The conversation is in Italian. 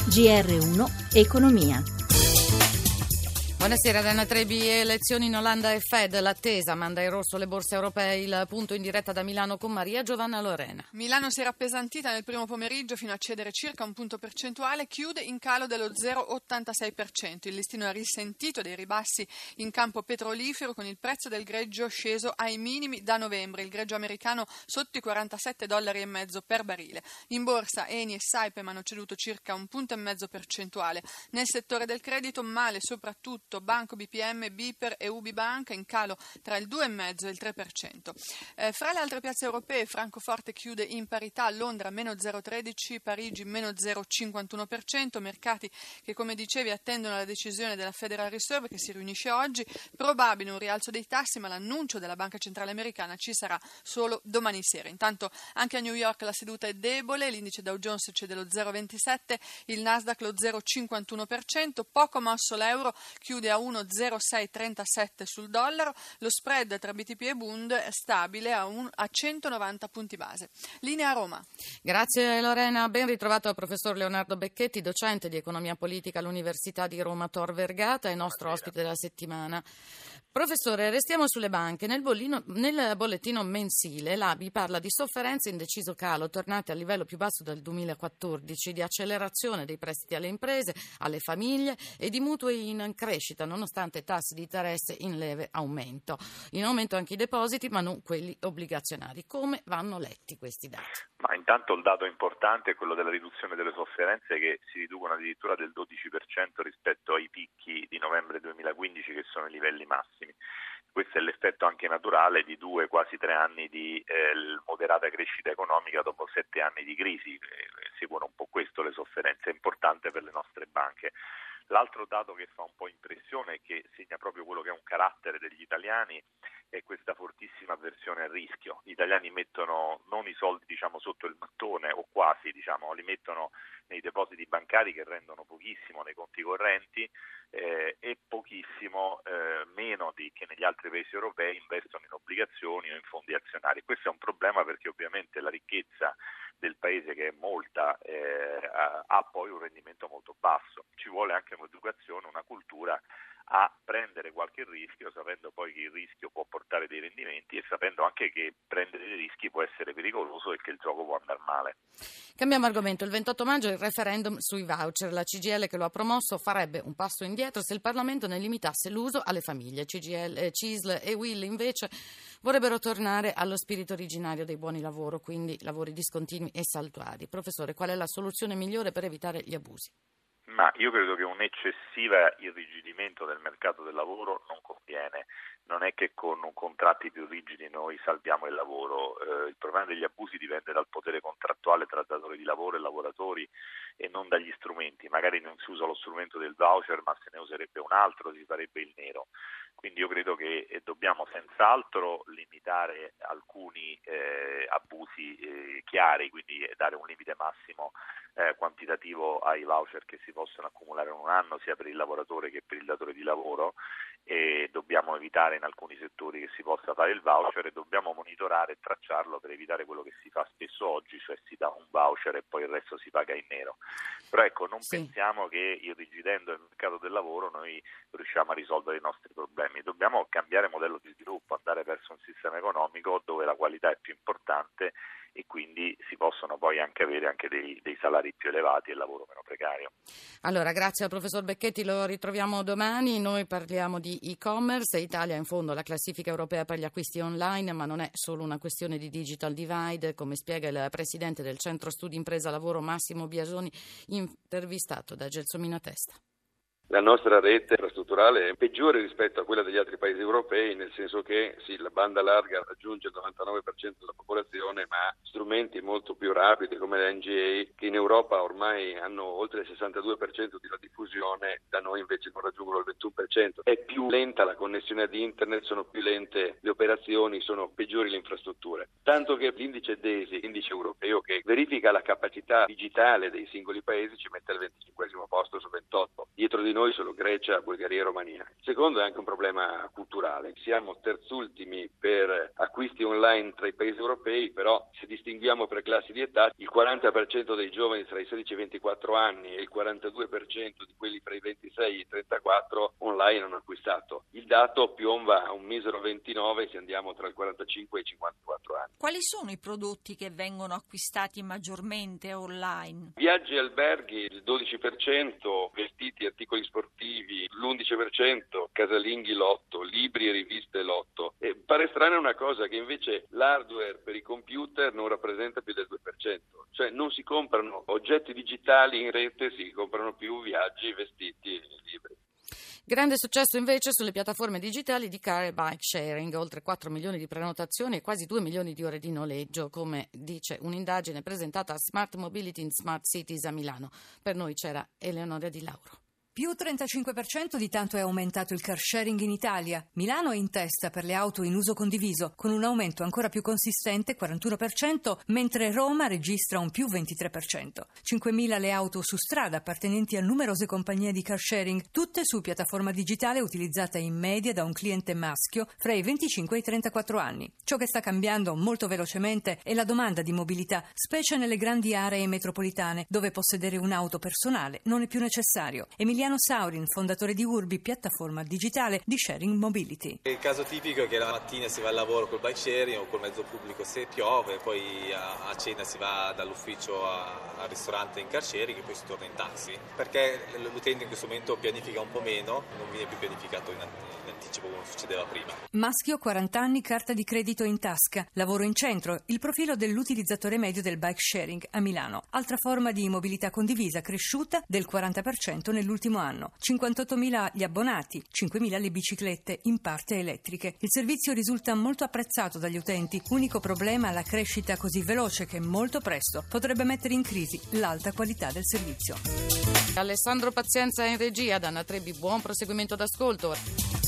GR1 Economia. Buonasera, Dana Trebi. Elezioni in Olanda e Fed, l'attesa manda in rosso le borse europee. Il punto in diretta da Milano con Maria Giovanna Lorena. Milano si era appesantita nel primo pomeriggio fino a cedere circa un punto percentuale, chiude in calo dello 0,86%. Il listino ha risentito dei ribassi in campo petrolifero, con il prezzo del greggio sceso ai minimi da novembre, il greggio americano sotto i $47,50 per barile. In borsa Eni e Saipem hanno ceduto circa un punto e mezzo percentuale. Nel settore del credito male soprattutto Banco BPM, Biper e UbiBanca, in calo tra il 2,5% e il 3%. Fra le altre piazze europee, Francoforte chiude in parità, Londra meno 0,13%, Parigi meno 0,51%, mercati che, come dicevi, attendono la decisione della Federal Reserve che si riunisce oggi. Probabile un rialzo dei tassi, ma l'annuncio della Banca Centrale Americana ci sarà solo domani sera. Intanto anche a New York la seduta è debole, l'indice Dow Jones cede lo 0,27%, il Nasdaq lo 0,51%, poco mosso l'euro, chiude a 1,0637 sul dollaro, lo spread tra BTP e Bund è stabile a 190 punti base. Linea Roma. Grazie Lorena, ben ritrovato al professor Leonardo Becchetti, docente di economia politica all'Università di Roma Tor Vergata e nostro ospite della settimana. Professore, restiamo sulle banche. Nel bollettino mensile l'ABI parla di sofferenze in deciso calo, tornate al livello più basso del 2014, di accelerazione dei prestiti alle imprese, alle famiglie e di mutui in crescita, nonostante tassi di interesse in leve aumento. In aumento anche i depositi, ma non quelli obbligazionari. Come vanno letti questi dati? Ma intanto il dato importante è quello della riduzione delle sofferenze, che si riducono addirittura del 12% rispetto ai picchi di novembre 2015, che sono i livelli massimi. Questo è l'effetto anche naturale di quasi 3 anni di moderata crescita economica dopo 7 anni di crisi. Seguono un po' questo le sofferenze, è importante per le nostre banche. L'altro dato che fa un po' impressione e che segna proprio quello che è un carattere degli italiani è questa fortissima avversione al rischio. Gli italiani mettono non i soldi sotto il mattone, o quasi, li mettono nei depositi bancari, che rendono pochissimo nei conti correnti, e pochissimo meno che negli altri paesi europei investono in obbligazioni o in fondi azionari. Questo è un problema perché ovviamente la ricchezza del paese, che è molta, ha poi un rendimento molto basso. Ci vuole anche un'educazione, una cultura a prendere qualche rischio, sapendo poi che il rischio può portare dei rendimenti e sapendo anche che prendere dei rischi può essere pericoloso e che il gioco può andare male. Cambiamo argomento. Il 28 maggio il referendum sui voucher. La CGIL, che lo ha promosso, farebbe un passo indietro se il Parlamento ne limitasse l'uso alle famiglie. CISL e UIL invece vorrebbero tornare allo spirito originario dei buoni lavoro, quindi lavori discontinui e saltuari. Professore, qual è la soluzione migliore per evitare gli abusi? Ma io credo che un eccessivo irrigidimento del mercato del lavoro non conviene. Non è che con contratti più rigidi noi salviamo il lavoro. Il problema degli abusi dipende dal potere contrattuale tra datori di lavoro e lavoratori e non dagli strumenti. Magari non si usa lo strumento del voucher, ma se ne userebbe un altro, si farebbe il nero. Quindi io credo che dobbiamo senz'altro limitare alcuni abusi chiari, quindi dare un limite massimo quantitativo ai voucher che si possono accumulare in un anno, sia per il lavoratore che per il datore di lavoro, e dobbiamo evitare in alcuni settori che si possa fare il voucher, e dobbiamo monitorare e tracciarlo per evitare quello che si fa spesso oggi, cioè si dà un voucher e poi il resto si paga in nero. Però ecco, non pensiamo che irrigidendo il mercato del lavoro noi riusciamo a risolvere i nostri problemi. Dobbiamo cambiare modello di sviluppo, andare verso un sistema economico dove la qualità è più importante e quindi si possono poi anche avere anche dei salari più elevati e lavoro meno precario. Allora, grazie al professor Becchetti, lo ritroviamo domani. Noi parliamo di e-commerce. Italia in fondo alla classifica europea per gli acquisti online, ma non è solo una questione di digital divide, come spiega il presidente del Centro Studi Impresa Lavoro Massimo Biasoni, intervistato da Gelsomina Testa. La nostra rete infrastrutturale è peggiore rispetto a quella degli altri paesi europei, nel senso che sì, la banda larga raggiunge il 99% della popolazione, ma strumenti molto più rapidi come la NGA, che in Europa ormai hanno oltre il 62% di diffusione, da noi invece non raggiungono il 21%. È più lenta la connessione ad internet, sono più lente le operazioni, sono peggiori le infrastrutture. Tanto che l'indice DESI, l'indice europeo che verifica la capacità digitale dei singoli paesi, ci mette al 25° posto su 28. Dietro di noi solo Grecia, Bulgaria in Romania. Il secondo è anche un problema culturale. Siamo terzultimi per acquisti online tra i paesi europei, però se distinguiamo per classi di età, il 40% dei giovani tra i 16 e i 24 anni e il 42% di quelli tra i 26 e i 34 online hanno acquistato. Il dato piomba a un misero 29 se andiamo tra il 45 e i 54 anni. Quali sono i prodotti che vengono acquistati maggiormente online? Viaggi e alberghi il 12%, vestiti e articoli sportivi l'11%, casalinghi l'8%, libri e riviste l'8%. E pare strana una cosa che invece l'hardware per i computer non rappresenta più del 2%, cioè non si comprano oggetti digitali in rete, si comprano più viaggi, vestiti e libri. Grande successo invece sulle piattaforme digitali di car e bike sharing, oltre 4 milioni di prenotazioni e quasi 2 milioni di ore di noleggio, come dice un'indagine presentata a Smart Mobility in Smart Cities a Milano. Per noi c'era Eleonora Di Lauro. Più 35% di tanto è aumentato il car sharing in Italia. Milano è in testa per le auto in uso condiviso, con un aumento ancora più consistente, 41%, mentre Roma registra un più 23%. 5.000 le auto su strada appartenenti a numerose compagnie di car sharing, tutte su piattaforma digitale utilizzata in media da un cliente maschio fra i 25 e i 34 anni. Ciò che sta cambiando molto velocemente è la domanda di mobilità, specie nelle grandi aree metropolitane, dove possedere un'auto personale non è più necessario. Emiliano Saurin, fondatore di Urbi, piattaforma digitale di sharing mobility. Il caso tipico è che la mattina si va al lavoro col bike sharing o col mezzo pubblico se piove, poi a cena si va dall'ufficio al ristorante in car sharing e poi si torna in taxi, perché l'utente in questo momento pianifica un po' meno, non viene più pianificato in anticipo come succedeva prima. Maschio, 40 anni, carta di credito in tasca, lavoro in centro, il profilo dell'utilizzatore medio del bike sharing a Milano. Altra forma di mobilità condivisa cresciuta del 40% nell'ultimo anno. 58.000 gli abbonati, 5.000 le biciclette, in parte elettriche. Il servizio risulta molto apprezzato dagli utenti. Unico problema, la crescita così veloce che molto presto potrebbe mettere in crisi l'alta qualità del servizio. Alessandro Pazienza in regia, Danna Trebbi, buon proseguimento d'ascolto.